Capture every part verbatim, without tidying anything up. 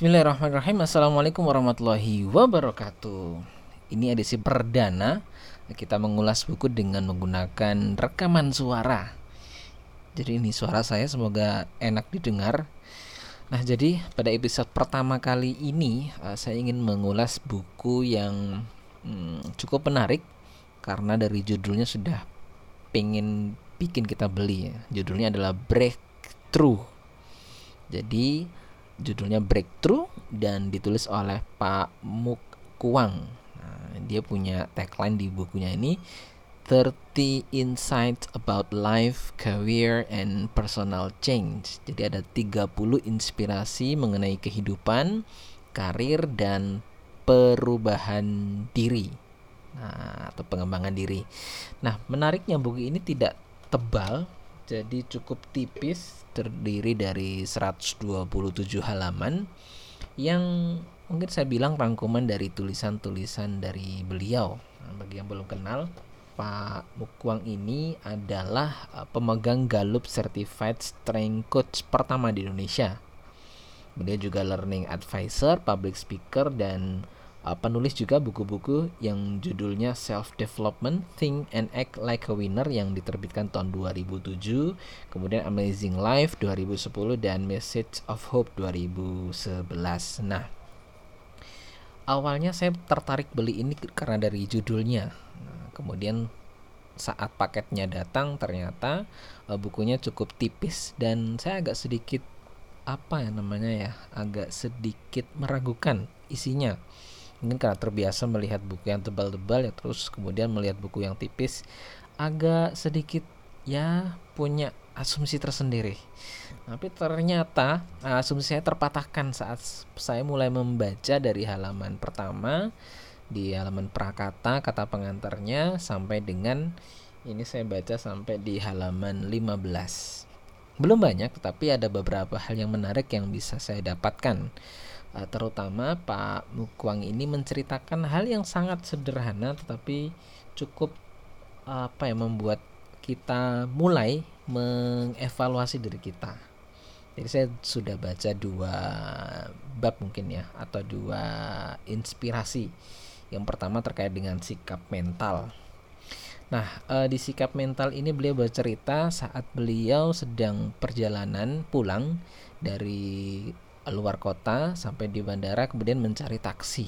Bismillahirrahmanirrahim. Assalamualaikum warahmatullahi wabarakatuh. Ini edisi perdana kita mengulas buku dengan menggunakan rekaman suara. Jadi ini suara saya, semoga enak didengar. Nah, jadi pada episode pertama kali ini uh, saya ingin mengulas buku yang hmm, cukup menarik karena dari judulnya sudah pengen bikin kita beli ya. Judulnya adalah Breakthrough. Jadi judulnya Breakthrough dan ditulis oleh Pak Muk Kwang. Nah, dia punya tagline di bukunya ini, thirty Insights About Life, Career, and Personal Change. Jadi ada tiga puluh inspirasi mengenai kehidupan, karir, dan perubahan diri. Nah, atau pengembangan diri. Nah, menariknya buku ini tidak tebal, jadi cukup tipis, terdiri dari seratus dua puluh tujuh halaman yang mungkin saya bilang rangkuman dari tulisan-tulisan dari beliau. Nah, bagi yang belum kenal, Pak Muk Kwang ini adalah uh, pemegang Gallup Certified Strength Coach pertama di Indonesia. Beliau juga learning advisor, public speaker, dan uh, penulis juga buku-buku yang judulnya Self Development, Think and Act Like a Winner yang diterbitkan tahun dua ribu tujuh, kemudian Amazing Life dua ribu sepuluh, dan Message of Hope dua ribu sebelas. Nah, awalnya saya tertarik beli ini karena dari judulnya. Nah, kemudian saat paketnya datang ternyata uh, bukunya cukup tipis dan saya agak sedikit apa ya namanya ya, agak sedikit meragukan isinya. Mungkin karena terbiasa melihat buku yang tebal-tebal ya, terus kemudian melihat buku yang tipis agak sedikit ya punya asumsi tersendiri. Tapi ternyata asumsi saya terpatahkan saat saya mulai membaca dari halaman pertama, di halaman prakata, kata pengantarnya, sampai dengan ini saya baca sampai di halaman lima belas. Belum banyak, tetapi ada beberapa hal yang menarik yang bisa saya dapatkan. Uh, terutama Pak Muk Kwang ini menceritakan hal yang sangat sederhana tetapi cukup uh, apa ya membuat kita mulai mengevaluasi diri kita. Jadi saya sudah baca dua bab mungkin ya, atau dua inspirasi. Yang pertama terkait dengan sikap mental. Nah, uh, di sikap mental ini beliau bercerita saat beliau sedang perjalanan pulang dari luar kota sampai di bandara, kemudian mencari taksi.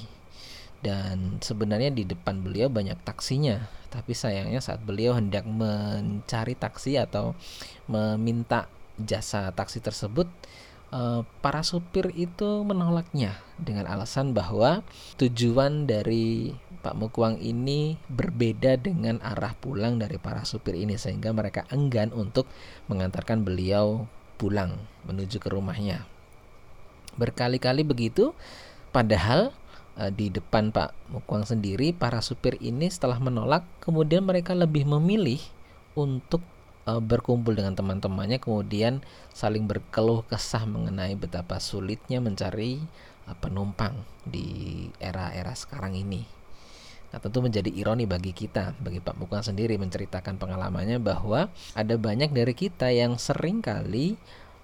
Dan sebenarnya di depan beliau banyak taksinya, tapi sayangnya saat beliau hendak mencari taksi atau meminta jasa taksi tersebut, eh, para supir itu menolaknya dengan alasan bahwa tujuan dari Pak Muk Kwang ini berbeda dengan arah pulang dari para supir ini, sehingga mereka enggan untuk mengantarkan beliau pulang menuju ke rumahnya. Berkali-kali begitu, padahal uh, di depan Pak Muk Kwang sendiri, para supir ini setelah menolak, kemudian mereka lebih memilih untuk uh, berkumpul dengan teman-temannya, kemudian saling berkeluh kesah mengenai betapa sulitnya mencari uh, penumpang di era-era sekarang ini. Nah, tentu menjadi ironi bagi kita, bagi Pak Muk Kwang sendiri menceritakan pengalamannya bahwa ada banyak dari kita yang sering kali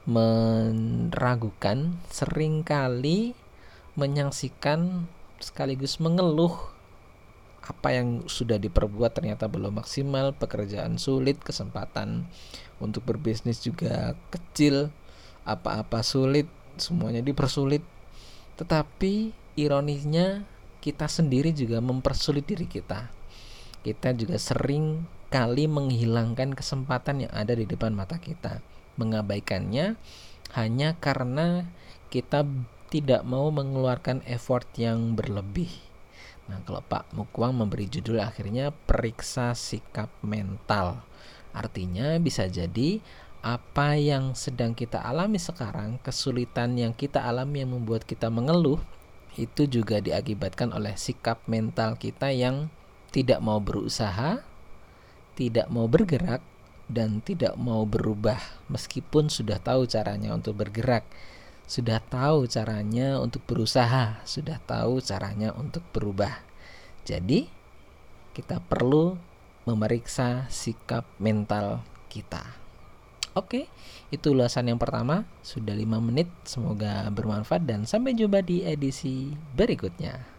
meragukan, seringkali menyaksikan sekaligus mengeluh apa yang sudah diperbuat ternyata belum maksimal, pekerjaan sulit, kesempatan untuk berbisnis juga kecil, apa-apa sulit, semuanya dipersulit. Tetapi ironisnya kita sendiri juga mempersulit diri kita. Kita juga sering kali menghilangkan kesempatan yang ada di depan mata kita, mengabaikannya hanya karena kita tidak mau mengeluarkan effort yang berlebih. Nah, kalau Pak Muk Kwang memberi judul akhirnya periksa sikap mental. Artinya bisa jadi apa yang sedang kita alami sekarang, kesulitan yang kita alami yang membuat kita mengeluh, itu juga diakibatkan oleh sikap mental kita yang tidak mau berusaha, tidak mau bergerak, dan tidak mau berubah meskipun sudah tahu caranya untuk bergerak, sudah tahu caranya untuk berusaha, sudah tahu caranya untuk berubah. Jadi kita perlu memeriksa sikap mental kita. Oke, itu ulasan yang pertama, sudah lima menit, semoga bermanfaat dan sampai jumpa di edisi berikutnya.